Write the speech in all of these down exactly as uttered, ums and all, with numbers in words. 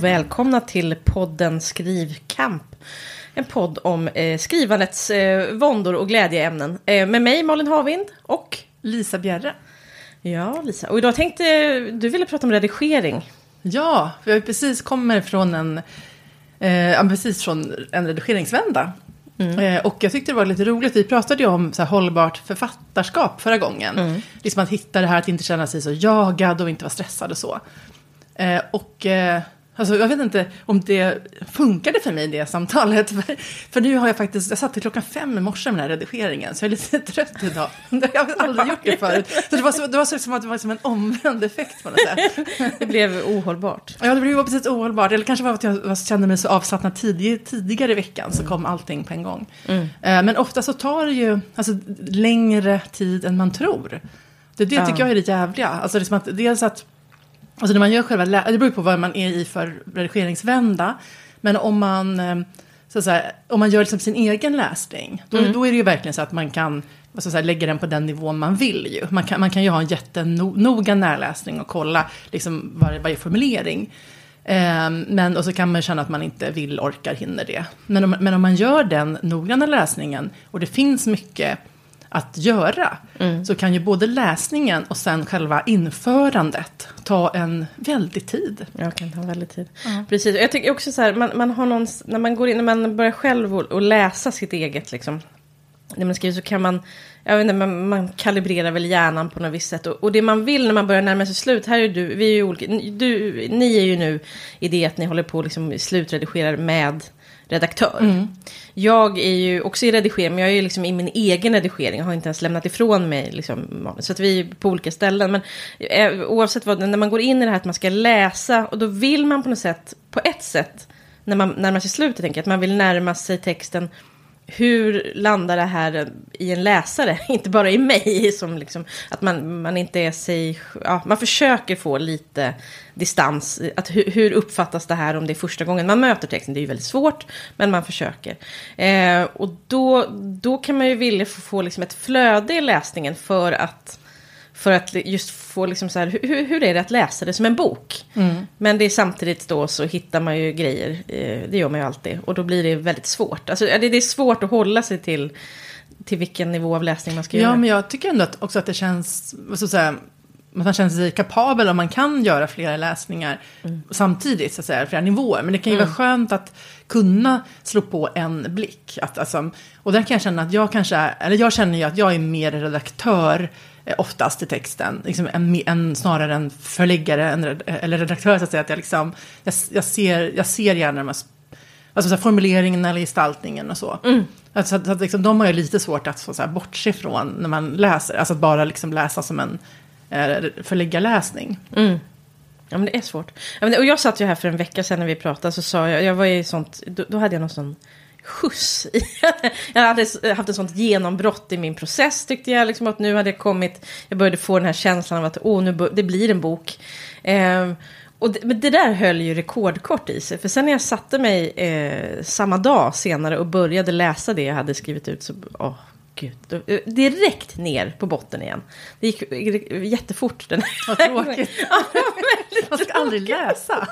och välkomna till podden Skrivkamp. En podd om eh, skrivandets eh, våndor och glädjeämnen. Eh, med mig Malin Havind och Lisa Bjerre. Ja, Lisa. Och idag tänkte du ville prata om redigering. Ja, för jag precis kommer från en, eh, precis från en redigeringsvända. Mm. Eh, och jag tyckte det var lite roligt. Vi pratade ju om så här, hållbart författarskap förra gången. Mm. Liksom att hitta det här att inte känna sig så jagad och inte vara stressad och så. Eh, och eh, alltså, jag vet inte om det funkade för mig det samtalet. För, för nu har jag faktiskt, jag satt till klockan fem i morse med den här redigeringen. Så jag är lite trött idag. Jag har aldrig gjort det förut. Så det var, så, det var så som att det var som en omvänd effekt på något sätt. Det blev ohållbart. Ja, det blev precis ohållbart. Eller kanske var att jag kände mig så avslappnad tidig, tidigare i veckan. Så kom allting på en gång. Mm. Men ofta så tar det ju alltså, längre tid än man tror. Det, det tycker ja. jag är det jävliga. Alltså det är som att, dels att Alltså när man gör själva, lä- det beror på vad man är i för redigeringsvända. Men om man, så att säga, om man gör liksom sin egen läsning. Då, mm. då är det ju verkligen så att man kan så att säga, lägga den på den nivån man vill ju. Man kan, man kan ju ha en jättenoga närläsning och kolla liksom varje, varje formulering. Eh, men, och så kan man känna att man inte vill, orkar, hinner det. Men om, men om man gör den noggranna läsningen och det finns mycket att göra, mm. så kan ju både läsningen och sen själva införandet ta en väldig tid. Ja, kan ta väldigt tid. Mm. Precis. Jag tycker också så här, man, man har någon, när man går in, när man börjar själv och, och läsa sitt eget liksom, när man skriver så kan man, jag vet inte, man, man kalibrerar väl hjärnan på något visst sätt. Och, och det man vill när man börjar närma sig slut, här är du, vi är ju olika, du, ni är ju nu i det att ni håller på liksom slutredigerar med redaktör. Mm. Jag är ju också i redigering, men jag är ju liksom i min egen redigering. Jag har inte ens lämnat ifrån mig liksom, så att vi är på olika ställen. Men eh, oavsett vad, när man går in i det här att man ska läsa, och då vill man på något sätt, på ett sätt, när man närmar sig slutet, tänker jag, att man vill närma sig texten. Hur landar det här i en läsare? Inte bara i mig. Som liksom, att man, man inte är sig... Ja, man försöker få lite distans. Att hur, hur uppfattas det här om det är första gången man möter texten? Det är ju väldigt svårt, men man försöker. Eh, och då, då kan man ju vilja få, få liksom ett flöde i läsningen för att... För att just få liksom så här, hur, hur är det att läsa det som en bok? Mm. Men det är samtidigt då så hittar man ju grejer, eh, det gör man ju alltid. Och då blir det väldigt svårt. Alltså det, det är svårt att hålla sig till, till vilken nivå av läsning man ska ja, göra. Ja, men jag tycker ändå att, också att det känns, så att säga, man känner sig kapabel om man kan göra flera läsningar mm. samtidigt, så att säga, flera nivåer. Men det kan ju mm. vara skönt att kunna slå på en blick. Att, alltså, och där kan jag känna att jag kanske är, eller jag känner ju att jag är mer redaktör oftast i texten, liksom en, en, snarare en förläggare en, eller redaktör, så att säga, att jag, liksom, jag, jag, ser, jag ser gärna de här, alltså, så här, formuleringen eller gestaltningen och så. Mm. Alltså, att, att, liksom, de har ju lite svårt att så, så här, bortse från när man läser, alltså att bara liksom, läsa som en eh, förläggarläsning. Mm. Ja, men det är svårt. Ja, men, och jag satt ju här för en vecka sedan när vi pratade, så sa jag, jag var i sånt, då, då hade jag någon sån skjuts. Jag hade haft ett sånt genombrott i min process, tyckte jag, liksom, att nu hade jag kommit, jag började få den här känslan av att åh, nu det blir en bok. Eh, och det, men det där höll ju rekordkort i sig, för sen när jag satte mig eh, samma dag senare och började läsa det jag hade skrivit ut, så åh gud, då, direkt ner på botten igen. Det gick jättefort. Den Vad tråkigt. Man ska aldrig läsa.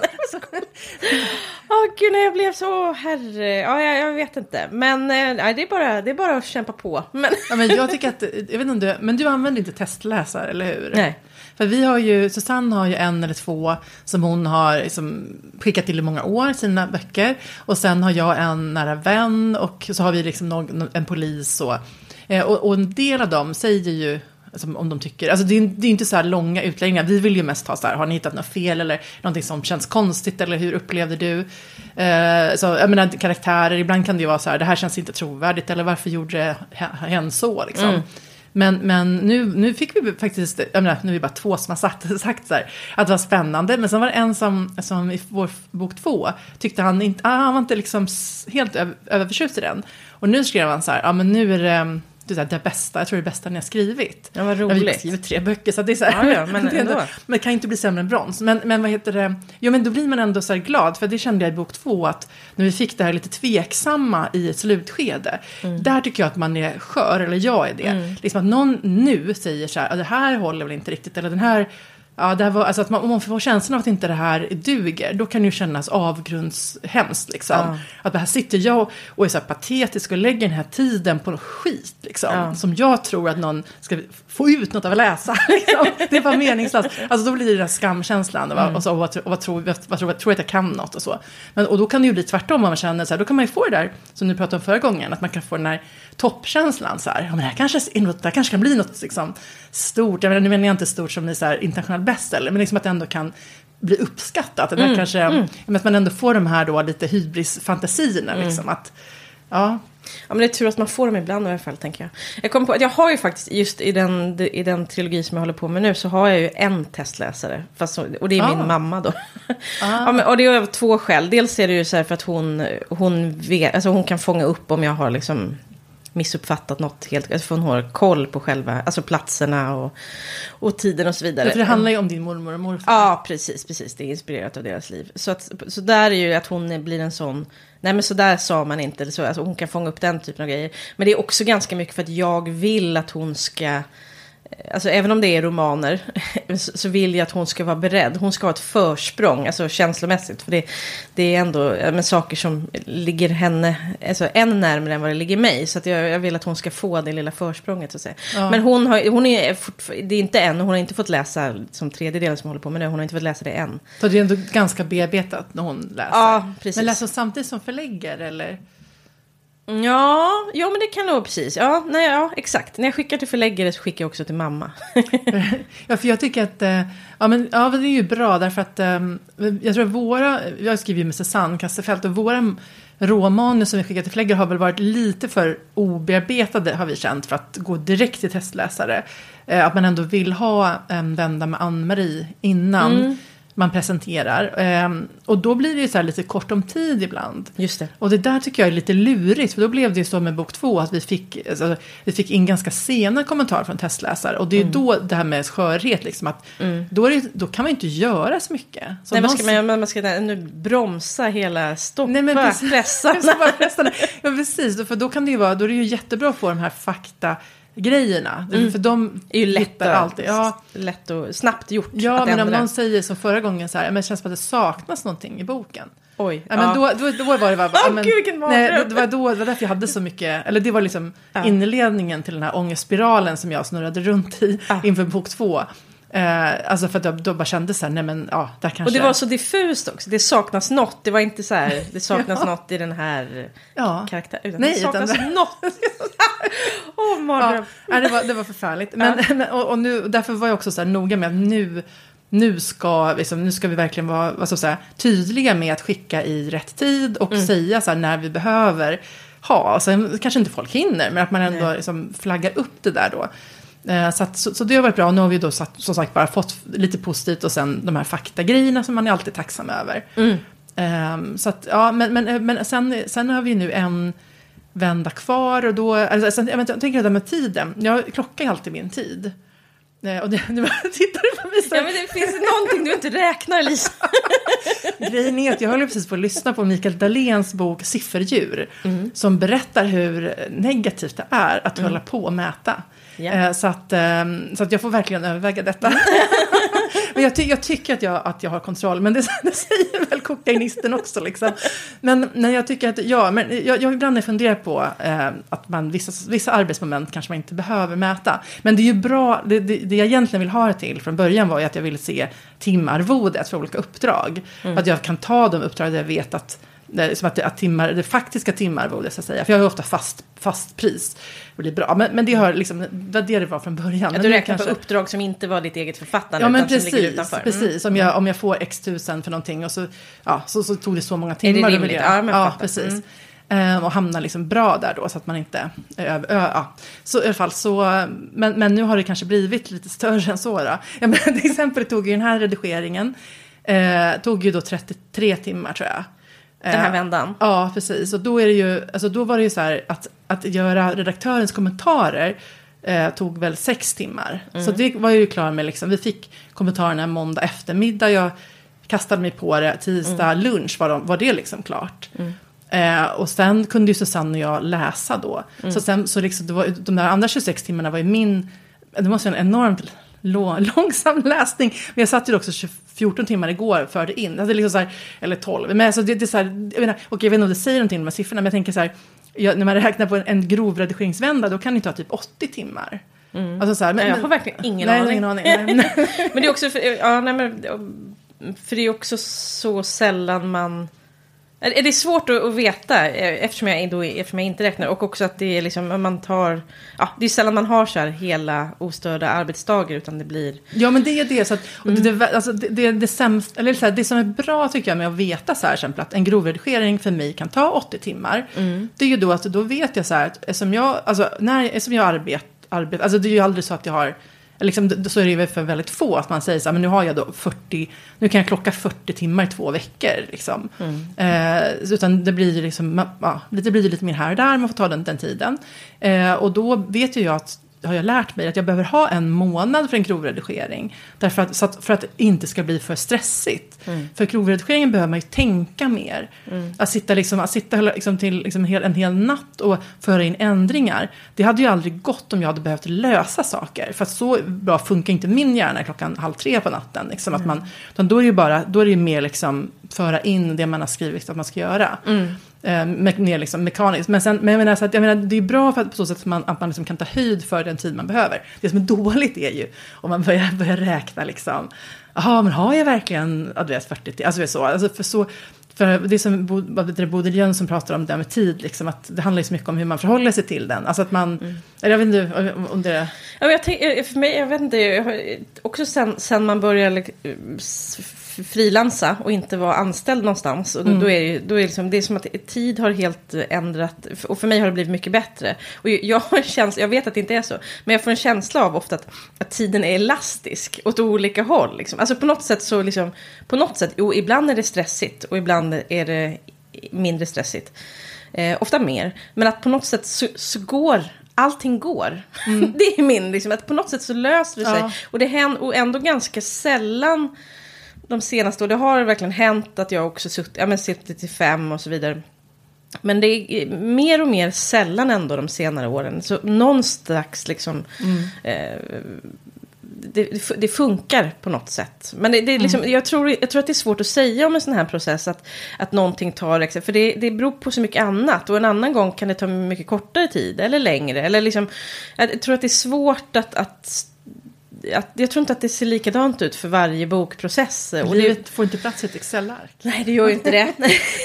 Åh oh, gud, när jag blev så, herre, ja, jag, jag vet inte. Men nej, det är bara det är bara att kämpa på. Men ja, men jag tycker att, jag vet inte, men du använder inte testläsare, eller hur? Nej. För vi har ju, Susanne har ju en eller två som hon har liksom skickat till i många år, sina böcker. Och sen har jag en nära vän, och så har vi liksom någon, en polis och, och, och en del av dem säger ju, alltså, om de tycker, alltså det är, det är inte så här långa utläggningar. Vi vill ju mest ha så här, har ni hittat något fel eller någonting som känns konstigt, eller hur upplevde du? Eh, så jag menar, karaktärer, ibland kan det ju vara så här, det här känns inte trovärdigt, eller varför gjorde hen så liksom. Mm. Men, men nu, nu fick vi faktiskt, jag menar, nu är vi bara två som har sagt, sagt så här, att det var spännande. Men sen var det en som, som i vår bok två tyckte han inte, ah, han var inte liksom helt över, överförtjust i den. Och nu skrev han så här, ja ah, men nu är det, det, är det bästa, jag tror det är bästa ni har skrivit. Ja, vad roligt. Jag har skrivit tre böcker, så det är så här, ja, ja, men, det ändå, men det kan inte bli sämre än brons. Men, men vad heter det, jo men då blir man ändå så här glad, för det kände jag i bok två, att när vi fick det här lite tveksamma i ett slutskede, mm. där tycker jag att man är skör, eller jag är det. Mm. Liksom att någon nu säger så här, det här håller väl inte riktigt, eller den här Ja, det här var, alltså att man, om man får känslan av att inte det här duger, då kan det ju kännas avgrundshemskt. Liksom. Ja. Att här sitter jag och är så här patetisk och lägger den här tiden på skit. Liksom, ja. Som jag tror att någon ska få ut något av att läsa. Liksom. Det är bara meningslöst. Alltså då blir det den här skamkänslan. Mm. Och, så, och, vad, och vad, tror, vad, vad tror, vad tror att jag kan något och så. Men, och då kan det ju bli tvärtom om man känner så här. Då kan man ju få det där, som du pratade om förra gången, att man kan få den här toppkänslan. Så här, ja, men det här kanske, det här kanske kan bli något liksom, stort. Jag menar, nu menar jag inte stort som ni så här internationellt bästseller, men liksom att det ändå kan bli uppskattat. Mm, kanske, mm. Att man ändå får de här då lite hybris-fantasierna. Mm. Liksom, att, ja. Ja, men det är tur att man får dem ibland i alla fall, tänker jag. Jag kom på att jag har ju faktiskt, just i den, i den trilogi som jag håller på med nu, så har jag ju en testläsare. Fast, och det är ah. min mamma då. Ah. Ja, men, och det är av två skäl. Dels är det ju så här för att hon, hon, vet, alltså hon kan fånga upp om jag har liksom missuppfattat något helt, alltså hon har koll på själva, alltså platserna och, och tiden och så vidare. Ja, för det handlar ju om din mormor och morfar. Ja, precis, precis. Det är inspirerat av deras liv. Så, att, så där är ju att hon blir en sån, nej men så där sa man inte, eller så, alltså hon kan fånga upp den typen av grejer. Men det är också ganska mycket för att jag vill att hon ska, alltså även om det är romaner så vill jag att hon ska vara beredd. Hon ska ha ett försprång, alltså känslomässigt. För det, det är ändå ja, men saker som ligger henne alltså, än närmare än vad det ligger mig. Så att jag, jag vill att hon ska få det lilla försprånget. Så att säga. Ja. Men hon, har, hon är det är inte än, hon har inte fått läsa som tredjedelen som håller på med nu. Hon har inte fått läsa det än. Så det är ändå ganska bearbetat när hon läser. Ja, precis. Men läser hon samtidigt som förläggare eller? Ja, ja, men det kan nog precis. Ja, nej, ja, exakt. När jag skickar till förläggare så skickar jag också till mamma. Ja, för jag tycker att ja, men, ja, det är ju bra därför att um, jag tror att våra, jag skriver ju med Susanne Kasterfelt och våra råmanus som vi skickar till förläggare har väl varit lite för obearbetade har vi känt för att gå direkt till testläsare. Uh, att man ändå vill ha en vända med Ann-Marie innan mm. man presenterar. Um, och då blir det ju så här lite kort om tid ibland. Just det. Och det där tycker jag är lite lurigt. För då blev det ju så med bok två att vi fick, alltså, vi fick in ganska sena kommentarer från testläsare. Och det är ju mm. då det här med skörhet. Liksom, att mm. då, är det, då kan man ju inte göra så mycket. Så nej, man ska, man, man ska nu bromsa hela stoppa nej, men precis, pressarna. pressarna. Ja, precis. För då kan det ju vara, då är det ju jättebra att få de här fakta grejerna. Mm. För de är ju lätt, alltid. Ja. lätt och snabbt gjort. Ja, men om någon säger som förra gången så här, men det känns som att det saknas någonting i boken. Oj. Ja, men då, då, då var det bara, oh, men, Gud, nej, det var då det var därför jag hade så mycket, eller det var liksom ja. inledningen till den här ångestspiralen som jag snurrade runt i ja. inför bok två. Eh, alltså för att jag då bara kände så här, nej men ja, där kanske. Och det var så diffust också, det saknas något, det var inte så här, det saknas ja. något i den här ja. karaktären, utan nej, det saknas utan det... något. Åh, oh, mardröm. Ja, det var, det var förfärligt. Men, ja. och, och nu, därför var jag också så här noga med att nu, nu, ska, liksom, nu ska vi verkligen vara vad så att säga, tydliga med att skicka i rätt tid och mm. säga så här, när vi behöver ha. Sen kanske inte folk hinner, men att man ändå liksom, flaggar upp det där då. Så, att, så, så det har varit bra. Nu har vi då satt, som sagt bara fått lite positivt och sen de här faktagrejerna som man är alltid tacksam över. Mm. Um, så att, ja, men, men, men sen, sen har vi nu en vända kvar och då, alltså, sen, jag, vet, jag tänker det där med tiden. Jag klockar ju alltid min tid. Uh, och det, nu tittar du på mig så. Ja, men det finns någonting du inte räknar, Lisa. Grejen är att jag håller precis på att lyssna på Mikael Dahléns bok Sifferdjur. Mm. Som berättar hur negativt det är att mm. hålla på och mäta. Yeah. Så, att, så att jag får verkligen överväga detta. Men jag, ty- jag tycker att jag, att jag har kontroll. Men det, det säger väl kokainisten också. Liksom. Men när jag tycker att, ja, men jag, jag ibland funderar på eh, att man vissa, vissa arbetsmoment kanske man inte behöver mäta. Men det är ju bra, det, det, det jag egentligen vill ha det till från början var ju att jag ville se timarvodet för olika uppdrag. Mm. Att jag kan ta de uppdrag där jag vet att Det, som att, det, att timmar, det faktiska timmarvodet så att säga. För jag har ju ofta fast, fast pris. Och det är bra. Men, men det har liksom, det, det var från början. Ja, du räknar kanske på uppdrag som inte var ditt eget författande. Ja, men utan precis, som ligger utanför. Mm. precis. Om jag, om jag får x tusen för någonting och så, ja, så, så tog det så många timmar. Är det rimligt? Ja, men ja precis. Mm. Um, och hamnar liksom bra där då så att man inte ö, ö, ja. Så i alla fall så, men, men nu har det kanske blivit lite större än så då. Ja, men till exempel tog ju den här redigeringen eh, tog ju då trettiotre timmar tror jag. Den här vändan. Ja, precis. Och då är det ju, alltså då var det ju så här att, att göra redaktörens kommentarer eh, tog väl sex timmar. Mm. Så det var ju klar med liksom, vi fick kommentarerna måndag eftermiddag. Jag kastade mig på det tisdag mm. lunch var, de, var det liksom klart. Mm. Eh, och sen kunde ju Susanne och jag läsa då. Mm. Så sen så liksom, det var, de där andra tjugosex timmarna var ju min, det måste vara en enormt lång, långsam läsning. Men jag satt ju också fjorton timmar igår för det in. Alltså liksom så här, eller tolv. Men alltså det, det är så här, jag menar, och jag vet inte om det säger någonting med siffrorna, men jag tänker så här, jag, när man räknar på en, en grov redigeringsvända, då kan det ta typ åttio timmar. Mm. Alltså så här, men, jag har verkligen ingen nej, aning. Ingen aning. Nej. Men det är också för, ja, nej, men, för det är också så sällan man... Det är svårt att veta eftersom jag, då, eftersom jag inte räknar. Och också att det är liksom, man tar... Ja, det är sällan man har så här hela ostörda arbetsdagar, utan det blir... Ja, men det är det. Så att, och mm. det, det, alltså, det, det, det, sämst, eller så här, det som är bra tycker jag med att veta så här, exempel, att en grovredigering för mig kan ta åttio timmar. Mm. Det är ju då att då vet jag så här, att som jag, alltså, när, som jag arbetar, arbet, alltså det är ju aldrig så att jag har... Liksom, så är det ju för väldigt få att man säger så här, men nu har jag då fyrtio, nu kan jag klocka fyrtio timmar i två veckor liksom. Mm. Eh, utan det blir ju liksom, ja, det blir lite mer här och där, man får ta den, den tiden. Eh, och då vet ju jag att, har jag lärt mig att jag behöver ha en månad för en grovredigering. Därför att, så att, för att det inte ska bli för stressigt. Mm. För grovredigeringen behöver man ju tänka mer. Mm. Att sitta, liksom, att sitta liksom till liksom en, hel, en hel natt och föra in ändringar. Det hade ju aldrig gått om jag hade behövt lösa saker. För att så bra funkar inte min hjärna klockan halv tre på natten. Liksom, mm. att man, utan då är det ju bara, då är det ju mer liksom föra in det man har skrivit att man ska göra. Mm. Eh, mer liksom mekaniskt. Men, sen, men jag menar, så att, jag menar, det är bra för att, på så sätt att man, att man liksom kan ta höjd för den tid man behöver. Det som är dåligt är ju om man börjar, börjar räkna liksom, jaha, men har jag verkligen adress fyrtio? Alltså det är så. Alltså för så för det är som Baudrillard som pratar om det med tid, liksom, att det handlar ju så mycket om hur man förhåller sig till den. Alltså att man, mm. eller jag vet inte om det... Ja, jag tänk, för mig, jag vet inte, jag har, också sen, sen man börjar frilansa och inte vara anställd någonstans, och då, mm. då är det, då är det, liksom, det är som att tid har helt ändrat, och för mig har det blivit mycket bättre. Och jag har en känsla, jag vet att det inte är så, men jag får en känsla av ofta att, att tiden är elastisk åt olika håll. Liksom. Alltså på något sätt så liksom, på något sätt, jo, ibland är det stressigt och ibland är det mindre stressigt. Eh, ofta mer. Men att på något sätt så, så går allting går. Mm. Det är min, liksom, att på något sätt så löser det sig. Ja. Och det händer, och ändå ganska sällan de senaste, och det har verkligen hänt att jag också suttit, ja men suttit till fem och så vidare. Men det är mer och mer sällan ändå de senare åren. Så någonstans liksom mm. eh, det, det funkar på något sätt. Men det, det är liksom, mm. jag, tror, jag tror att det är svårt att säga om en sån här process att, att någonting tar, för det, det beror på så mycket annat, och en annan gång kan det ta mycket kortare tid eller längre, eller liksom, jag tror att det är svårt att, att Att, jag tror inte att det ser likadant ut för varje bokprocess. Och livet det får inte plats i ett Excel-ark. Nej, det gör ju inte det.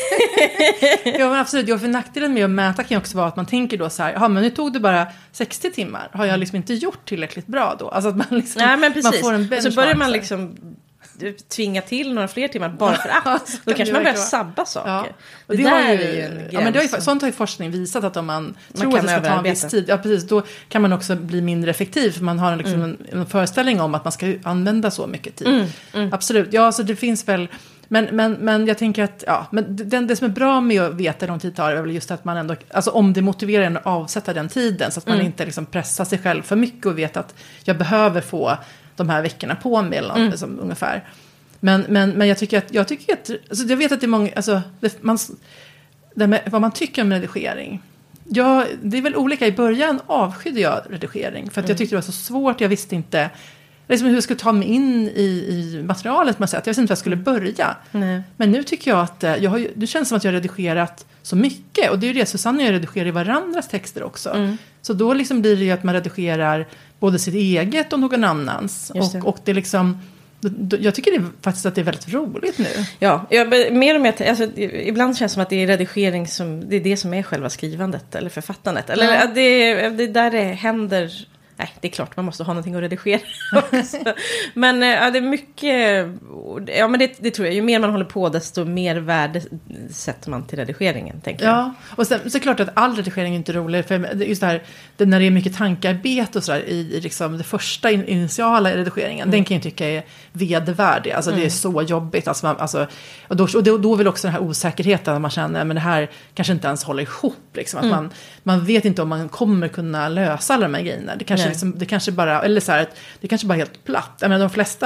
Ja, men absolut. Ja, för nackdelen med att mäta kan ju också vara att man tänker då så här, ja, men nu tog det bara sextio timmar. Har jag liksom inte gjort tillräckligt bra då? Alltså att man liksom, nej, men precis. Man får en benchmark. Och så börjar man liksom tvinga till några fler timmar bara för att. Ja, då kanske man börjar sabba saker. Ja. Och det, det där är ju en gräns. Ja, men det har ju, sånt har ju forskning visat att om man, man tror att det ska ta en viss tid, ja, precis, då kan man också bli mindre effektiv, för man har liksom mm. en, en föreställning om att man ska använda så mycket tid. Mm. Mm. Absolut, ja, så det finns väl, men, men, men jag tänker att, ja, men det, det som är bra med att veta hur lång tid tar är väl just att man ändå, alltså om det motiverar en att avsätta den tiden, så att man mm. inte liksom pressar sig själv för mycket och vet att jag behöver få de här veckorna på mig eller något, mm. liksom, ungefär. Men, men, men jag tycker att, jag tycker att, alltså jag vet att det är många, alltså det, man, det med, vad man tycker om redigering. Ja, det är väl olika. I början avskydde jag redigering, för att mm. jag tyckte det var så svårt, jag visste inte liksom hur jag skulle ta mig in i, i materialet, man säger, att jag visste inte hur jag skulle börja. Nej. Men nu tycker jag att, jag har ju, det känns som att jag har redigerat så mycket, och det är ju det, Susanne och jag redigerar i varandras texter också. Mm. Så då liksom blir det ju att man redigerar både sitt eget och någon annans, och, och det liksom... Jag tycker det är faktiskt att det är väldigt roligt nu. Ja, jag, mer och mer, alltså, ibland känns det som att det är redigering som, det är det som är själva skrivandet eller författandet. Eller ja. det, det där det händer. Nej, det är klart man måste ha någonting att redigera också. Men ja, det är mycket, ja, men det, det tror jag, ju mer man håller på desto mer värde sätter man till redigeringen, tänker jag. Ja, och sen, så är det klart att all redigering är inte rolig, för just det här, det, när det är mycket tankarbete och sådär i, i liksom det första in, initiala redigeringen, mm. den kan jag tycka är vedervärdig, alltså mm. det är så jobbigt, alltså, man, alltså, och, då, och då, då vill också den här osäkerheten att man känner, men det här kanske inte ens håller ihop, liksom, att mm. man, man vet inte om man kommer kunna lösa alla de här grejerna, det kanske liksom, det kanske bara, eller så här, det kanske bara är helt platt. Jag menar, de flesta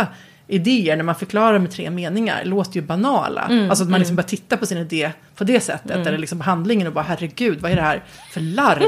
idéer när man förklarar med tre meningar låter ju banala. Mm, alltså att man liksom mm. bara tittar på sin idé på det sättet. Mm. Eller liksom handlingen och bara, herregud, vad är det här för larv?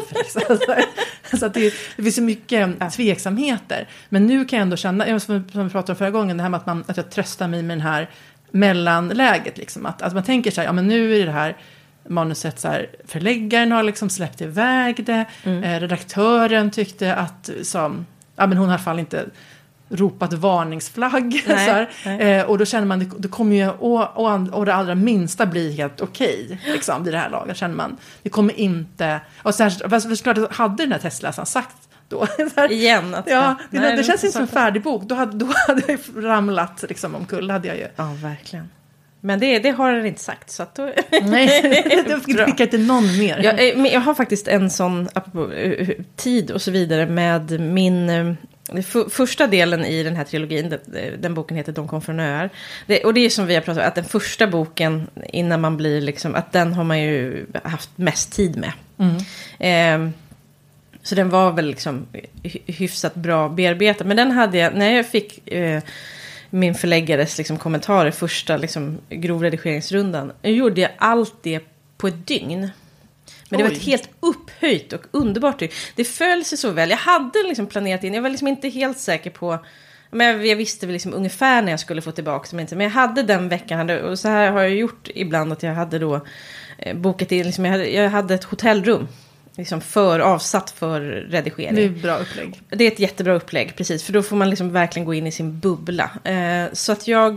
Så att det, det finns så mycket tveksamheter. Men nu kan jag ändå känna, som vi pratade om förra gången, det här med att, man, att jag tröstar mig med den här mellanläget. Liksom. Att, att man tänker så här, ja men nu är det här manuset så här, förläggaren har liksom släppt iväg det. Mm. Eh, redaktören tyckte att, som, ja men hon har i alla fall inte ropat varningsflagg. Nej, så här. Eh, och då känner man, det, det kommer ju, och, och, och det allra minsta blir helt okej, okay, liksom, vid det här laget, känner man. Det kommer inte, och särskilt, för såklart hade den här testläsaren sagt då. Här, igen. Att, ja, det, nej, det, det känns inte som en så färdig bok. Då hade, då hade jag ramlat liksom, omkull, hade jag ju. Ja, verkligen. Men det, det har den inte sagt. Så att då... Nej, det fick inte någon mer. Jag, men jag har faktiskt en sån tid och så vidare med min... För, första delen i den här trilogin, den, den boken heter De kom från öar. Det, och det är som vi har pratat om, att den första boken, innan man blir liksom... Att den har man ju haft mest tid med. Mm. Eh, så den var väl liksom hyfsat bra bearbetad. Men den hade jag... När jag fick... Eh, min förläggares liksom, kommentarer första liksom, grovredigeringsrundan. Jag gjorde allt det på ett dygn. Men det Oj. var ett helt upphöjt och underbart dygn. Det föll sig så väl. Jag hade liksom planerat in. Jag var liksom inte helt säker på... Men jag, jag visste väl liksom ungefär när jag skulle få tillbaka. Men jag hade den veckan. Och så här har jag gjort ibland att jag hade då eh, bokat in. Liksom, jag, hade, jag hade ett hotellrum. Liksom för avsatt för redigering. Det är ett bra upplägg. Det är ett jättebra upplägg, precis. För då får man liksom verkligen gå in i sin bubbla. Eh, så att jag...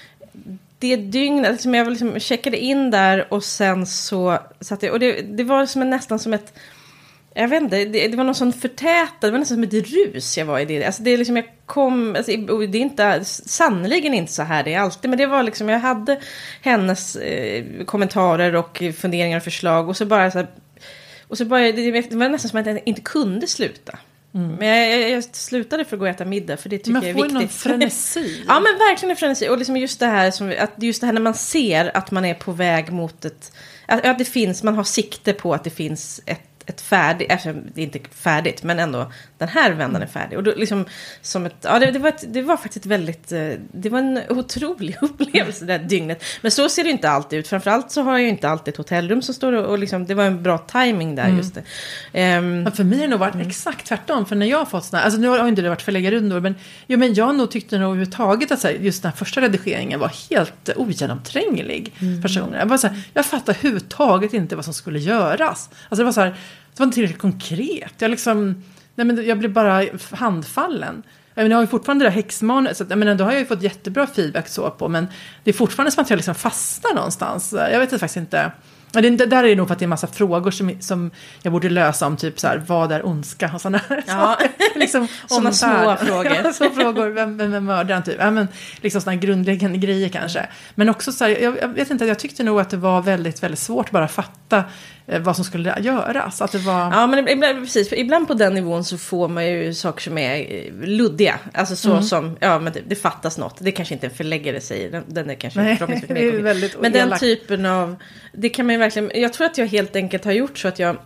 Det dygnet, liksom jag liksom checkade in där och sen så... så att det, och det, det var som en, nästan som ett... Jag vet inte, det, det var någon sån förtätad... Det var nästan som ett rus jag var i det. Alltså det är liksom, jag kom... Alltså, det är inte... Sannoliken inte så här det är alltid. Men det var liksom, jag hade hennes eh, kommentarer och funderingar och förslag. Och så bara så här... Och så bara, det var nästan som att jag inte kunde sluta. Mm. Men jag, jag, jag slutade för att gå och äta middag. För det tycker jag är viktigt. Men får någon frenesi? Ja, men verkligen en frenesi. Och liksom just det här, som, att just det här när man ser att man är på väg mot ett... Att, att det finns, man har sikte på att det finns ett, ett färdigt... Alltså, det är inte färdigt, men ändå den här vändan är färdig. Och då liksom som ett... Ja, det, det, var, ett, det var faktiskt väldigt... Det var en otrolig upplevelse det där dygnet. Men så ser det inte alltid ut. Framförallt så har jag ju inte alltid ett hotellrum som står och, och liksom, det var en bra timing där, mm. just det. Um, ja, för mig har det nog varit mm. exakt tvärtom. För när jag har fått såna... Alltså nu har inte det varit förläggarrundor, men, jo, men jag nog tyckte nog överhuvudtaget att så här, just den här första redigeringen var helt ogenomtränglig mm. personer. Jag, var så här, jag fattade överhuvudtaget inte vad som skulle göras. Alltså det var så här... Det var inte tillräckligt konkret. Jag, liksom, nej men jag blev bara handfallen. Jag, menar, jag har ju fortfarande det där häxmanus. Så att, jag menar, då har jag ju fått jättebra feedback så på. Men det är fortfarande som att jag liksom fastnar någonstans. Jag vet faktiskt inte. Det, det där är nog för att det är en massa frågor som, som jag borde lösa om typ så här, vad är ondska och sådana här ja. liksom, sådana små frågor. Ja, små frågor, vem, vem är mördaren typ. Ja, men, liksom sådana grundläggande grejer kanske. Men också så här, jag, jag vet inte, jag tyckte nog att det var väldigt, väldigt svårt bara att fatta eh, vad som skulle göras. Att det var... Ja, men ibland, precis, ibland på den nivån så får man ju saker som är luddiga. Alltså så mm. som, ja men det, det fattas något. Det kanske inte en förläggare säger, den, den är kanske Nej, det är väldigt men den typen av, det kan man ju verkligen, jag tror att jag helt enkelt har gjort så att jag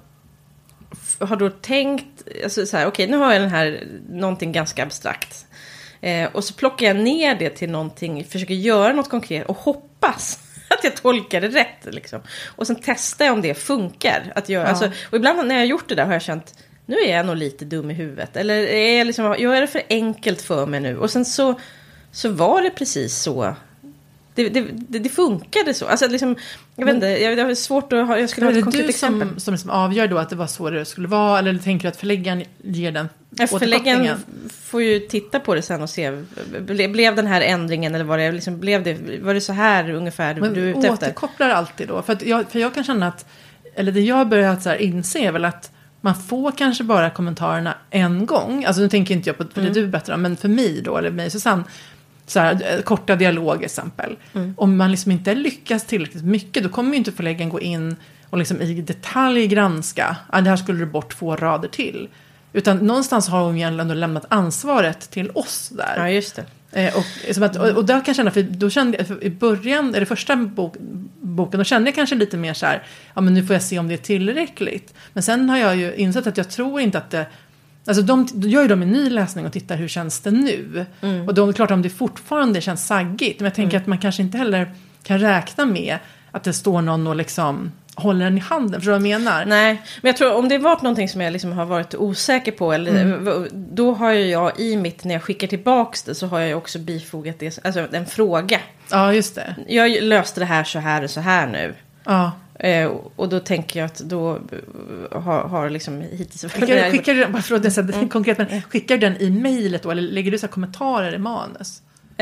har då tänkt, alltså så här, okej, nu har jag den här, någonting ganska abstrakt. Eh, och så plockar jag ner det till någonting, försöker göra något konkret och hoppas att jag tolkar det rätt. Liksom. Och sen testar jag om det funkar. Att göra, ja. alltså, och ibland när jag har gjort det där har jag känt, nu är jag nog lite dum i huvudet. Eller är jag, liksom, jag är det för enkelt för mig nu. Och sen så, så var det precis så. Det, det, det, det funkade så. Alltså liksom, jag vet inte, jag, det var svårt att ha, jag skulle ha ett konkret exempel. Är det du som, som liksom avgör då att det var så det skulle vara? Eller tänker du att förläggaren ger den Förläggaren får ju titta på det sen och se, blev den här ändringen eller var det, liksom, blev det, var det så här ungefär men du är ute efter? Återkopplar alltid då. För, att jag, för jag kan känna att, eller det jag börjat så här inse är väl att man får kanske bara kommentarerna en gång. Alltså nu tänker inte jag på för mm. det du berättar om, men för mig då, eller mig Susanne, så här, korta dialog exempel. Mm. Om man liksom inte lyckas tillräckligt mycket, då kommer ju inte förläggaren gå in och liksom i detalj granska. Ah, det här skulle du bort två rader till. Utan någonstans har hon ju ändå lämnat ansvaret till oss där. Ja, just det. Eh, och, som att, och, och där kan jag känna, för då kände jag, för i början, eller första bok, boken, då kände jag kanske lite mer så här, ja men nu får jag se om det är tillräckligt. Men sen har jag ju insett att jag tror inte att det, Alltså de, då gör ju de en ny läsning och tittar hur känns det nu. Mm. Och då är det klart om det fortfarande känns saggigt. Men jag tänker mm. att man kanske inte heller kan räkna med att det står någon och liksom håller den i handen. För vad jag menar? Nej, men jag tror om det varit någonting som jag liksom har varit osäker på. Eller, mm. Då har ju jag i mitt, när jag skickar tillbaks det, så har jag ju också bifogat det, alltså en fråga. Ja, just det. Jag löste det här så här och så här nu. Ja. Eh, och då tänker jag att då har, har liksom hittills... Skickar, skickar du, bara för att det är så mm. konkret, men skickar du den i mejlet då? Eller lägger du så här kommentarer i manus?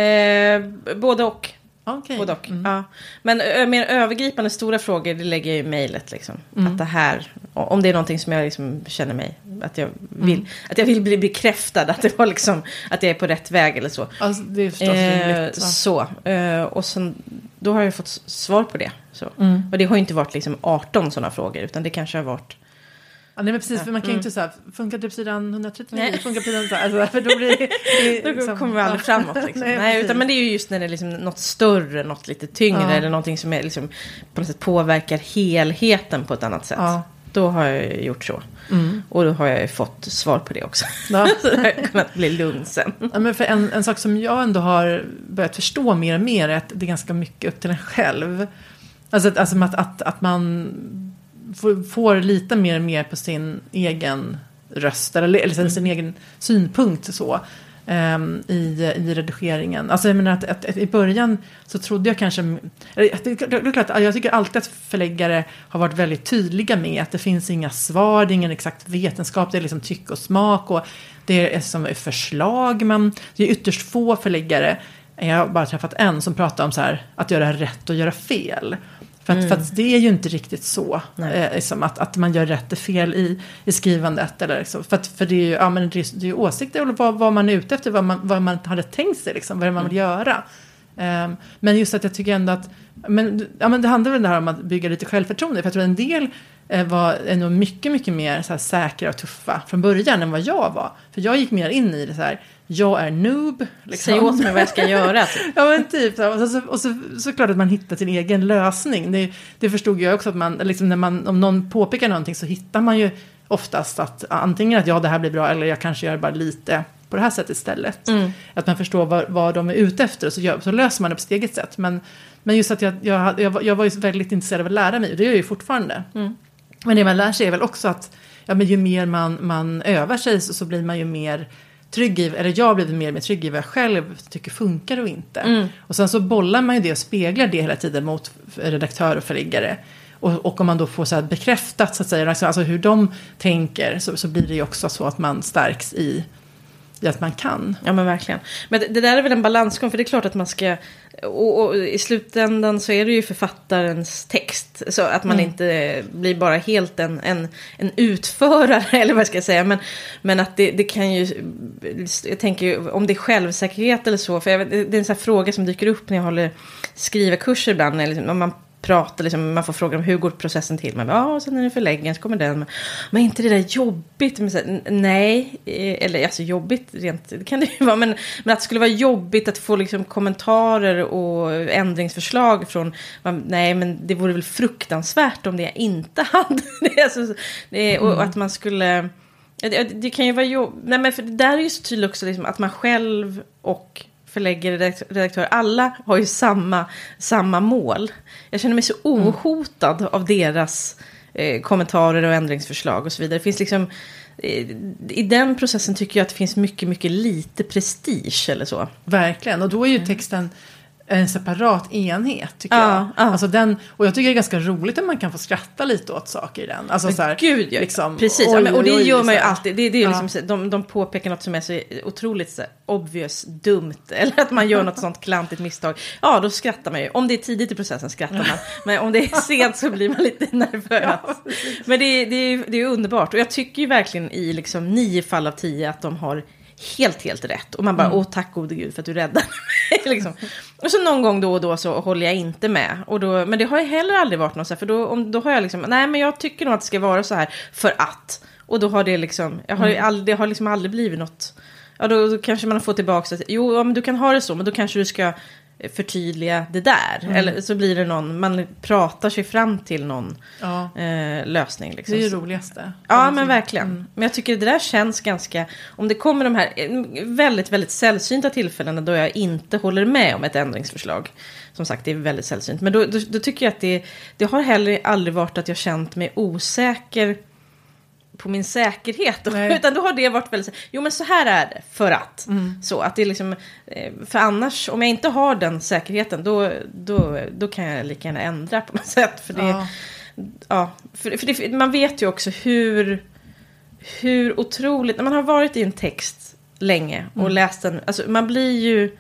Eh, både och. Okay. Både och. Mm. Ja. Men ö, mer övergripande stora frågor, det lägger jag i mejlet liksom. Mm. Att det här, om det är någonting som jag liksom känner mig, att jag vill, mm. att jag vill bli bekräftad, att det var liksom, att jag är på rätt väg eller så. Alltså, det är förstås eh, rimligt. Så, så eh, och sen, då har jag fått svar på det. Så. Mm. Och det har ju inte varit liksom arton sådana frågor, utan det kanske har varit... Ja, nej, men precis, ja. för man kan ju mm. inte så här, funkar det på sidan etthundratrettionio, nej. Funkar på sidan så här, alltså, för då blir det, det då liksom, kommer vi aldrig ja. framåt liksom. nej, nej, utan, men det är ju just när det är liksom något större, något lite tyngre, ja. eller någonting som är liksom, på något sätt påverkar helheten på ett annat sätt. Ja. Då har jag gjort så. Mm. Och då har jag fått svar på det också. Ja. Så det har kunnat bli lugn sen. Ja, men för en, en sak som jag ändå har börjat förstå mer och mer är att det är ganska mycket upp till en själv. Alltså, alltså att, att, att man får, får lite mer och mer på sin egen röst. Eller, eller sin, sin egen synpunkt så. Um, i, i redigeringen. Alltså jag menar att, att, att i början så trodde jag kanske... Det, det, det är klart, jag tycker alltid att förläggare har varit väldigt tydliga med att det finns inga svar, det är ingen exakt vetenskap, det är liksom tyck och smak och det är som förslag. Men det är ytterst få förläggare, jag har bara träffat en som pratar om så här, att göra rätt och göra fel. För att, mm. för att det är ju inte riktigt så. Eh, liksom att, att man gör rätt och fel i, i skrivandet. Eller liksom. För, att, för det är ju, ja, men det är, det är ju åsikter och vad, vad man är ute efter. Vad man, vad man hade tänkt sig. Liksom, vad man vill mm. göra. Um, men just att jag tycker ändå att... Men, ja, men det handlar väl där om att bygga lite självförtroende. För jag tror en del eh, var är nog mycket, mycket mer så här, säkra och tuffa från början än vad jag var. För jag gick mer in i det så här... Jag är noob. Liksom. Säg åt mig vad jag ska göra. Typ. Ja, men typ. Och, så, och så, så klart att man hittar sin egen lösning. Det, det förstod jag också. Att man, liksom, när man, om någon påpekar någonting så hittar man ju oftast att antingen att ja, det här blir bra eller jag kanske gör bara lite på det här sättet istället. Mm. Att man förstår vad, vad de är ute efter och så, gör, så löser man det på sitt eget sätt. Men, men just att jag, jag, jag, jag var ju väldigt intresserad av att lära mig. Det är jag ju fortfarande. Mm. Men det man lär sig är väl också att ja, men ju mer man, man övar sig så, så blir man ju mer... trygg i, eller jag har blivit mer och mer trygg i vad jag själv tycker funkar och inte. Mm. Och sen så bollar man ju det och speglar det hela tiden mot redaktör och förläggare. Och, och om man då får så här bekräftat så att säga, alltså hur de tänker så, så blir det ju också så att man stärks i, i att man kan. Ja men verkligen. Men det, det där är väl en balansgång, för det är klart att man ska, och, och i slutändan så är det ju författarens text. Så att man mm. inte blir bara helt en, en, en utförare, eller vad ska jag säga. Men, men att det, det kan ju, jag tänker ju om det är självsäkerhet eller så. För jag, det är en sån här fråga som dyker upp när jag håller skrivarkurser ibland. Eller liksom, om man pratar, liksom, man får fråga om hur går processen till. Man ja, sen är det förläggaren så kommer den. Men inte det där jobbigt. Men så här, nej, eller alltså jobbigt rent, det kan det ju vara. Men, men att det skulle vara jobbigt att få liksom, kommentarer och ändringsförslag från, man, nej men det vore väl fruktansvärt om det jag inte hade. Det, alltså, det, och, och att man skulle, det, det kan ju vara jobb. Nej men för det där är ju så tydligt också liksom, att man själv och förläggare, redaktör, alla har ju samma, samma mål. Jag känner mig så ohotad mm. av deras eh, kommentarer och ändringsförslag och så vidare. Det finns liksom, eh, i den processen tycker jag att det finns mycket, mycket lite prestige eller så. Verkligen, och då är ju texten en separat enhet tycker ja, jag. Ja. Alltså den, och jag tycker det är ganska roligt att man kan få skratta lite åt saker i den. Alltså så här, gud, ja, liksom, precis. Oj, ja, men, och det oj, gör man ju här. alltid. Det, det är ju ja. liksom, de, de påpekar något som är så otroligt så obvious, dumt. Eller att man gör något sånt klantigt misstag. Ja, då skrattar man ju. Om det är tidigt i processen skrattar man. Men om det är sent så blir man lite nervös. Ja, men det är, det, är, det är underbart. Och jag tycker ju verkligen i liksom nio fall av tio att de har helt, helt rätt. Och man bara, mm. åh tack gode gud för att du räddade mig. liksom. Och så någon gång då och då så håller jag inte med. Och då, men det har ju heller aldrig varit något så här. För då, om, då har jag liksom, nej men jag tycker nog att det ska vara så här för att. Och då har det liksom, jag har, mm. aldrig, det har liksom aldrig blivit något. Ja då, då kanske man får tillbaka att, jo men du kan ha det så, men då kanske du ska förtydliga det där. Mm. Eller så blir det någon, man pratar sig fram till någon ja. eh, lösning. Liksom. Det är det roligaste. Ja, men verkligen. Mm. Men jag tycker det där känns ganska, om det kommer de här väldigt, väldigt sällsynta tillfällena då jag inte håller med om ett ändringsförslag. Som sagt, det är väldigt sällsynt. Men då, då, då tycker jag att det, det har heller aldrig varit att jag känt mig osäker på min säkerhet. Utan då har det varit väldigt, jo men så här är det för att. Mm. Så att det är liksom, för annars, om jag inte har den säkerheten då, då, då kan jag lika gärna ändra på något sätt. För det, ja. Ja, för, för det, man vet ju också hur, hur otroligt, när man har varit i en text länge och mm. läst den, alltså man blir ju,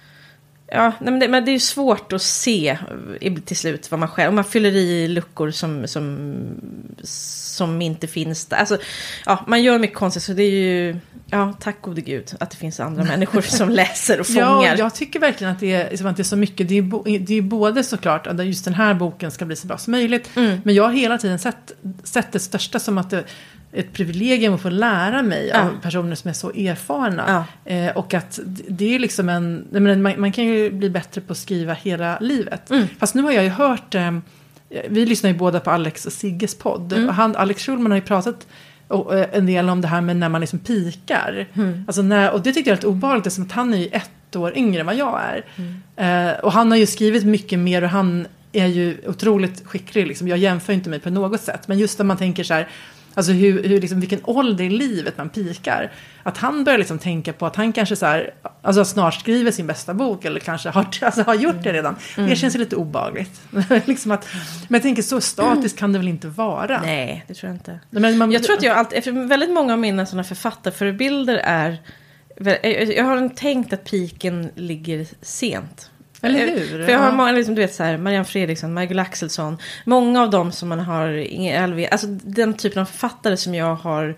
ja, men det, men det är ju svårt att se till slut vad man själv, om man fyller i luckor som, som, som inte finns där. Alltså, ja, man gör mycket konstigt, så det är ju, ja, tack gode gud att det finns andra människor som läser och fångar. Ja, jag tycker verkligen att det är, liksom att det är så mycket, det är, bo, det är både såklart att just den här boken ska bli så bra som möjligt, mm. men jag har hela tiden sett, sett det största som att det ett privilegium att få lära mig ja. av personer som är så erfarna. Ja. Eh, och att det är liksom en, man, man kan ju bli bättre på att skriva hela livet. Mm. Fast nu har jag ju hört, eh, vi lyssnar ju båda på Alex och Sigges podd. Mm. Och han, Alex Schulman har ju pratat och, eh, en del om det här med när man liksom pikar. Mm. Alltså när, och det tyckte jag är lite obehagligt, som att han är ju ett år yngre än vad jag är. Mm. Eh, och han har ju skrivit mycket mer och han är ju otroligt skicklig. Liksom. Jag jämför inte mig på något sätt. Men just när man tänker så här, alltså hur, hur liksom, vilken ålder i livet man pikar. Att han börjar liksom tänka på att han kanske så här, alltså snart skriver sin bästa bok. Eller kanske har, alltså har gjort det redan. Mm. Det känns lite obehagligt. liksom att, men jag tänker, så statiskt kan det väl inte vara? Nej, det tror jag inte. Men man, jag tror att jag alltid, för väldigt många av mina sådana författarförebilder är, jag har tänkt att piken ligger sent. Eller hur? För jag har många, liksom, du vet så här, Marianne Fredriksson, Michael Axelsson, många av dem som man har, alltså den typen av författare som jag har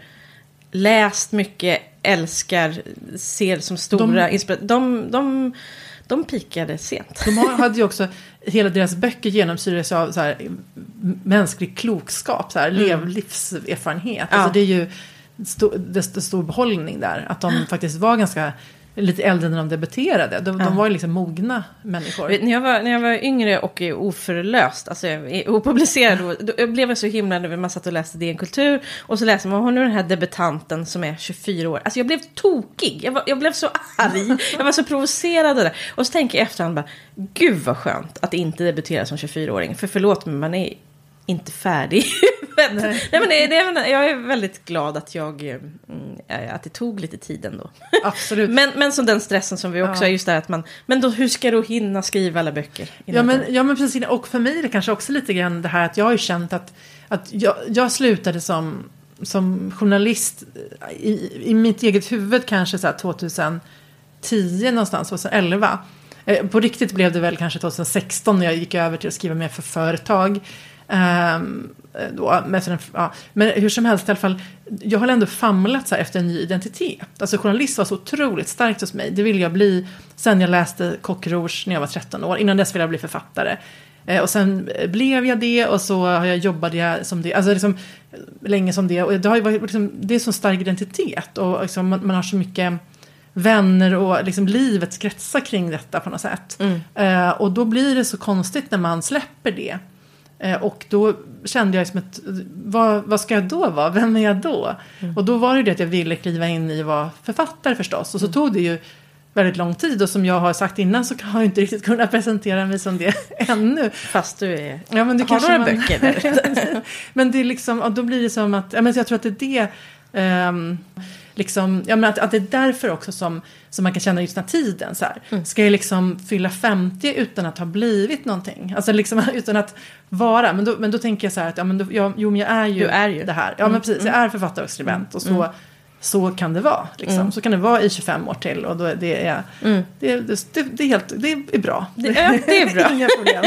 läst mycket, älskar, ser som stora inspirationer, de, de, de pikade sent. De hade ju också, hela deras böcker genomsyrades av så här, mänsklig klokskap, så här, mm. lev, livserfarenhet. Ja. Alltså det är ju sto, det är stor behållning där, att de faktiskt var ganska lite äldre när de debuterade. De, ja. de var ju liksom mogna människor. Vet, när, jag var, när jag var yngre och oförlöst, alltså opublicerad, då, då blev jag så himla när man satt och läste D N Kultur och så läste man, har nu den här debutanten som är tjugofyra år. Alltså jag blev tokig. Jag, var, jag blev så arg. Jag var så provocerad där. Och så tänker jag efterhand bara, gud vad skönt att inte debutera som tjugofyraåring. För förlåt, men man är inte färdig. Nej. Nej, men det, det, jag är väldigt glad att jag mm, att det tog lite tid ändå. Absolut. men, men som den stressen som vi också ja. är just där att man, men då hur ska du hinna skriva alla böcker? Ja men, ja men precis, och för mig är det kanske också lite grann det här att jag har ju känt att, att jag, jag slutade som, som journalist i, i mitt eget huvud kanske så här tjugohundratio någonstans, tjugoelva. Eh, på riktigt blev det väl kanske tjugohundrasexton när jag gick över till att skriva mer för företag. Um, då, men, ja. men hur som helst i alla fall, jag har ändå famlat så här efter en ny identitet. Alltså journalist var så otroligt starkt hos mig. Det ville jag bli sen jag läste Coq Rouge när jag var tretton år. Innan dess ville jag bli författare. Eh, och sen blev jag det och så har jag jobbat jag som det, alltså liksom länge som det. Och det har ju varit liksom, det är så stark identitet och liksom, man, man har så mycket vänner och liksom livet kretsar kring detta på något sätt. Mm. Eh, och då blir det så konstigt när man släpper det. Och då kände jag som ett, vad, vad ska jag då vara? Vem är jag då? Mm. Och då var det det att jag ville kliva in i att vara författare förstås. Och så mm. tog det ju väldigt lång tid. Och som jag har sagt innan så kan jag inte riktigt kunna presentera mig som det ännu. Fast du är... Ja, men det har några man... böcker där. Men det är liksom, och då blir det som att, ja, men jag tror att det är det... Um, liksom, ja, men att, att det är därför också som, som man kan känna just den här tiden så här. Mm. Ska jag liksom fylla femtio utan att ha blivit någonting, alltså liksom utan att vara, men då, men då tänker jag så här att ja, men då, jag, jo men jag är ju, du är ju det här, ja mm. men precis, jag är författare och skribent och så, mm. så kan det vara liksom. Mm. Så kan det vara i tjugofem år till och då är det, är, mm. det, det, det, det är helt, det är bra det, ja, det är bra. Inga problem.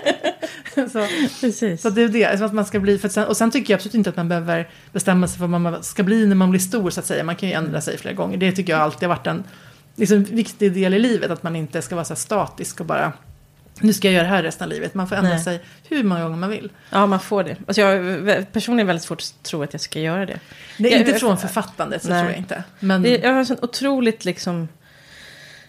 så, precis. Så det är det, så att man ska bli, för sen, och sen tycker jag absolut inte att man behöver bestämma sig för vad man ska bli när man blir stor så att säga, man kan ju ändra sig flera gånger, det tycker jag alltid har varit en liksom, viktig del i livet, att man inte ska vara så här statisk och bara nu ska jag göra det här resten av livet. Man får ändra Nej. sig hur många gånger man vill. Ja, man får det. Alltså jag personligen är väldigt svårt att tro att jag ska göra det. Det är jag, inte jag, från författandet så Nej. tror jag inte. Men... Det, jag har en sån otroligt liksom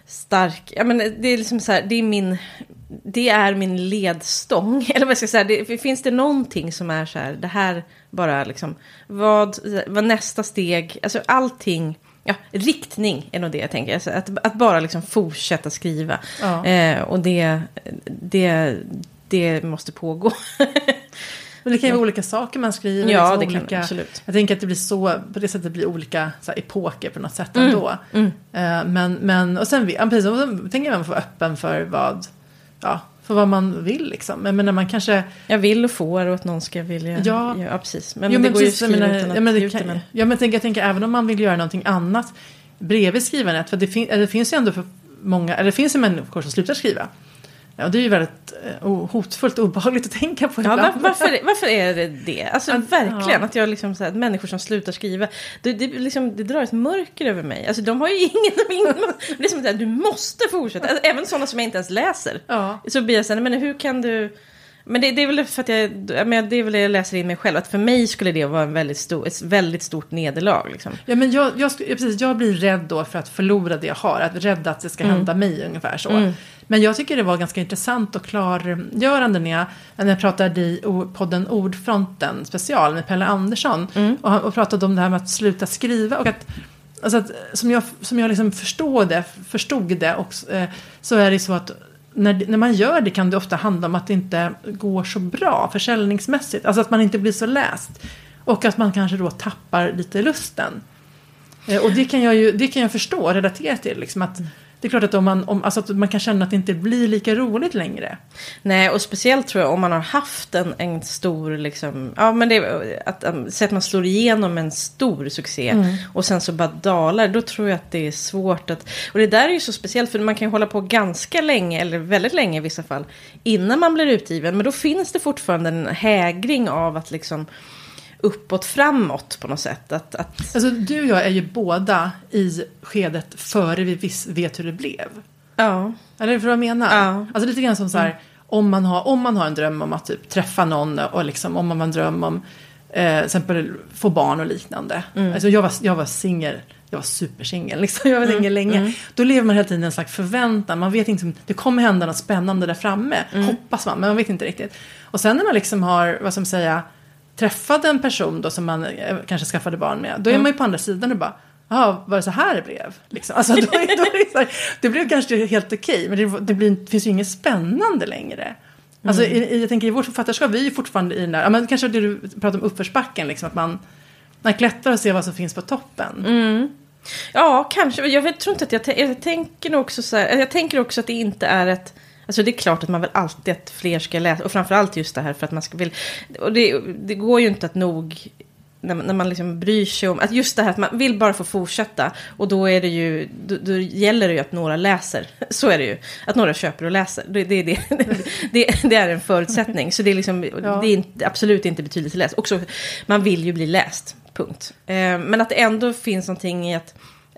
stark, ja men det är liksom så här, det är min, det är min ledstång, eller vad ska jag säga, det, finns det någonting som är så här, det här bara liksom, vad, vad nästa steg, alltså allting, ja, riktning är nog det jag tänker, alltså att, att bara liksom fortsätta skriva, ja. eh, och det, det, det måste pågå. Men det kan ju vara olika saker man skriver. Ja, liksom det olika, kan absolut. Jag tänker att det blir så, på det sättet blir olika så här, epoker på något sätt ändå. Mm. Mm. Uh, men, men, och sen, ja, precis, och då tänker man få öppen för vad, ja, för vad man vill liksom. Men när man kanske... Jag vill och får och att någon ska vilja. Ja, ja precis. Men, jo, men det men går precis, ju att skriva menar, utan att ja, men det ut kan, men... ja, men jag tänker, jag tänker även om man vill göra någonting annat bredvid skrivandet. För det, fin, det finns ju ändå för många, eller det finns ju människor som slutar skriva. Ja, det är ju väldigt uh, hotfullt och obehagligt att tänka på ja, ibland. varför, varför är det det? Alltså att, verkligen, ja. att jag liksom så här, att människor som slutar skriva, det, det, liksom, det drar ett mörker över mig. Alltså de har ju ingen, ingen det är som att du måste fortsätta. Alltså, även sådana som jag inte ens läser. Ja. Så blir jag så här, men hur kan du... Men det, det är väl för att jag, men det är väl det jag läser in mig själv. Att för mig skulle det vara en väldigt stor, ett väldigt stort nederlag. Liksom. Ja, men jag, jag, precis, jag blir rädd då för att förlora det jag har. Att rädda att det ska hända mm. mig ungefär så. Mm. Men jag tycker det var ganska intressant och klargörande när jag, när jag pratade i podden Ordfronten special med Pelle Andersson. Mm. Och, och pratade om det här med att sluta skriva. Och att, alltså att som jag, som jag liksom förstod det, förstod det och, eh, så är det så att När, när man gör det kan det ofta handla om att det inte går så bra försäljningsmässigt. Alltså att man inte blir så läst. Och att man kanske då tappar lite lusten. Eh, och det kan jag ju det kan jag förstå och relatera till. Liksom att, det är klart att, om man, om, alltså att man kan känna att det inte blir lika roligt längre. Nej, och speciellt tror jag om man har haft en, en stor... Liksom, ja, men det, att, att, att man slår igenom en stor succé mm. och sen så bara dalar, då tror jag att det är svårt att... Och det där är ju så speciellt, för man kan ju hålla på ganska länge, eller väldigt länge i vissa fall, innan man blir utgiven. Men då finns det fortfarande en hägring av att liksom... uppåt, framåt på något sätt. Att, att... Alltså du och jag är ju båda i skedet före vi vis- vet hur det blev. Ja. Eller för vad jag menar? Ja. Alltså lite grann som så här, mm. om, man har, om man har en dröm om att typ träffa någon och liksom, om man har en dröm om eh, exempel få barn och liknande. Mm. Alltså jag var, jag var singel. Jag var supersingel, liksom. Jag var singel mm. länge. Mm. Då lever man hela tiden en slags förväntan. Man vet inte om det kommer hända något spännande där framme. Mm. Hoppas man, men man vet inte riktigt. Och sen när man liksom har, vad ska man säga, träffade en person då som man kanske skaffade barn med. Då är mm. man ju på andra sidan och bara, ja, var det så här det blev? Liksom. Alltså, då, då är det, så här, det blev kanske helt okej, men det, det, blir, det finns ju inget spännande längre. Alltså, mm. i, jag tänker i vårt författarskap, vi är ju fortfarande i den där, ja, men kanske det du pratar om uppförsbacken, liksom, att man, man klättrar och ser vad som finns på toppen. Mm. Ja, kanske. Jag vet, tror inte att jag, t- jag tänker nog också så här, jag tänker också att det inte är ett... Alltså det är klart att man vill alltid att fler ska läsa. Och framförallt just det här för att man ska vill... Och det, det går ju inte att nog... När, när man liksom bryr sig om... Att just det här att man vill bara få fortsätta. Och då är det ju... Då, då gäller det ju att några läser. Så är det ju. Att några köper och läser. Det, det, det, det, det är en förutsättning. Så det är, liksom, ja. det är inte, absolut inte betydligt läst. Också, man vill ju bli läst. Punkt. Eh, men att det ändå finns någonting i att...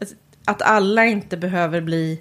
Att alla inte behöver bli...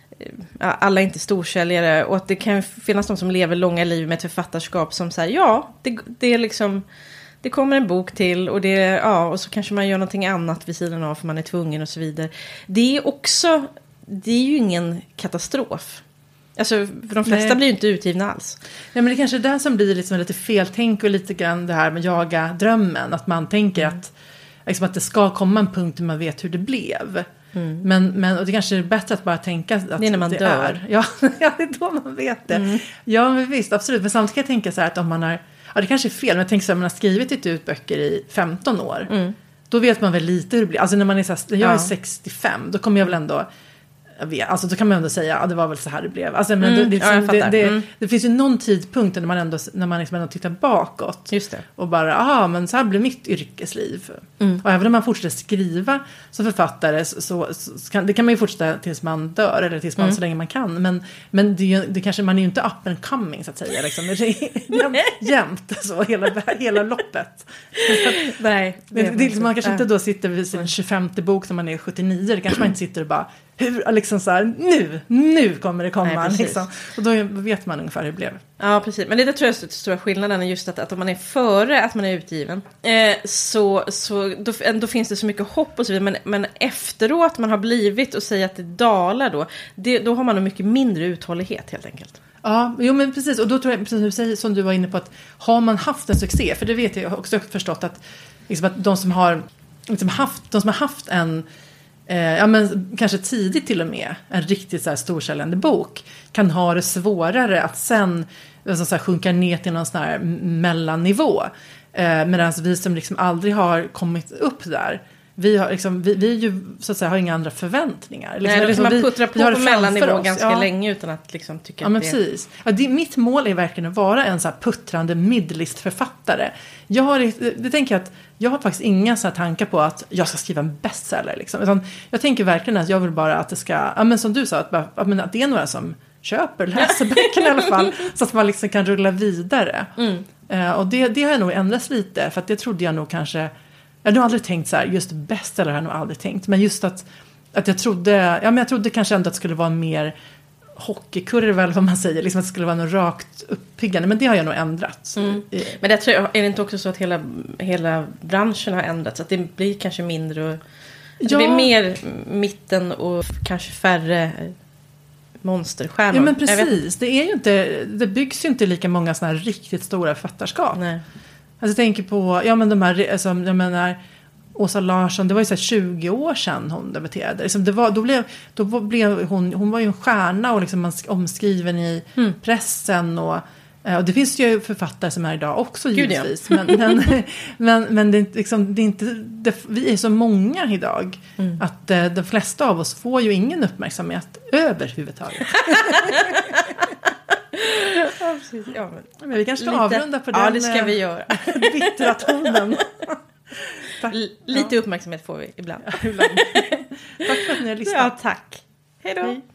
alla är inte storsäljare och att det kan finnas de som lever långa liv med ett författarskap som säger ja, det, det är liksom det kommer en bok till och det ja, och så kanske man gör någonting annat vid sidan av för man är tvungen och så vidare. Det är också det är ju ingen katastrof. Alltså för de flesta Nej. blir ju inte utgivna alls. Nej, men det är kanske är det som blir liksom lite feltänk och lite grann det här med jaga drömmen, att man tänker att liksom att det ska komma en punkt där man vet hur det blev. Mm. Men, men och det kanske är bättre att bara tänka att det är när man det dör. Är. Ja, ja, det är då man vet det. Mm. Ja, men visst, absolut. Men samtidigt kan jag tänka så här att om man har, ja det kanske är fel, men jag tänker så här, man har skrivit ut böcker i femton år. Mm. Då vet man väl lite hur det blir. Alltså när man är så här, jag är ja. sextiofem, då kommer jag väl ändå... Jag vet, alltså då kan man ändå säga att ja, det var väl så här det blev. Alltså, men mm, det, ja, det, det, mm. det finns ju någon tidpunkt när man ändå, när man liksom ändå tittar bakåt. Just det. Och bara, aha, men så här blev mitt yrkesliv. Mm. Och även om man fortsätter skriva som författare så, så, så kan, det kan man ju fortsätta tills man dör eller tills man mm. så länge man kan. Men, men det, det kanske, man är ju inte up and coming så att säga. Liksom. Det är jämt så, hela, hela loppet. Nej. Det, det, det, man kanske ja. inte då sitter vid sin tjugofemte bok när man är sjuttionio. Det kanske man inte sitter och bara hur, liksom så här, nu, nu kommer det komma. Nej, liksom. Och då vet man ungefär hur det blev. Ja, precis. Men det där tror jag är den stora skillnaden är just att, att om man är före att man är utgiven eh, så, så då, då finns det så mycket hopp och så vidare. Men, men efteråt man har blivit och säger att det dalar då, det, då har man en mycket mindre uthållighet helt enkelt. Ja, jo men precis. Och då tror jag, precis som du säger, som du var inne på, att har man haft en succé, för det vet jag också förstått att, liksom att de som har liksom haft, de som har haft en Eh, ja, men kanske tidigt till och med en riktigt så här storsäljande bok kan ha det svårare att sen alltså, så här, sjunka ner till någon sån här mellannivå. Eh, medan vi som liksom aldrig har kommit upp där, vi har, liksom, vi, vi ju, så att säga, har inga andra förväntningar. Liksom, Nej, liksom, man puttrar på på mellannivå ganska ja. länge utan att liksom, tycka ja, att men det... precis. Ja, det, mitt mål är verkligen att vara en så här puttrande midlistförfattare. Jag har, det, det tänker jag att jag har faktiskt inga så här tankar på att jag ska skriva en bestseller. Liksom. Utan jag tänker verkligen att jag vill bara att det ska, ja, men som du sa, att, bara, att det är några som köper, läser böckerna i alla fall. Så att man liksom kan rulla vidare. Mm. Uh, och det, det har jag nog ändrats lite. För att det trodde jag nog kanske, jag har nog aldrig tänkt så här, just bestseller har jag nog aldrig tänkt. Men just att, att jag trodde, ja men jag trodde kanske ändå att det skulle vara mer hockeykurva eller vad man säger. Liksom att det skulle vara något rakt uppiggande. Men det har jag nog ändrat. Mm. Men det tror jag, är det inte också så att hela, hela branschen har ändrats? Att det blir kanske mindre och, ja. Det blir mer mitten och kanske färre monsterstjärnor. Ja men precis. Det är ju inte, det byggs ju inte lika många såna här riktigt stora författarskap. Nej. Alltså jag tänker på, ja men de här, alltså, jag menar Åsa Larsson, det var ju så här tjugo år sedan hon debuterade. Liksom det var, då blev, då blev hon, hon var ju en stjärna och liksom omskriven i mm. pressen och, och det finns ju författare som är idag också givetvis. Ja. Men, men, men, men det, är liksom, det är inte, det, vi är så många idag mm. att eh, de flesta av oss får ju ingen uppmärksamhet överhuvudtaget. Ja, precis. Ja, men, men vi kanske ska lite, avrunda på den. Ja, det ska vi göra. Bittra tonen. L- lite ja. uppmärksamhet får vi ibland. Ja, ibland. Tack för att ni har lyssnat. Ja, tack. Hej då. Hej.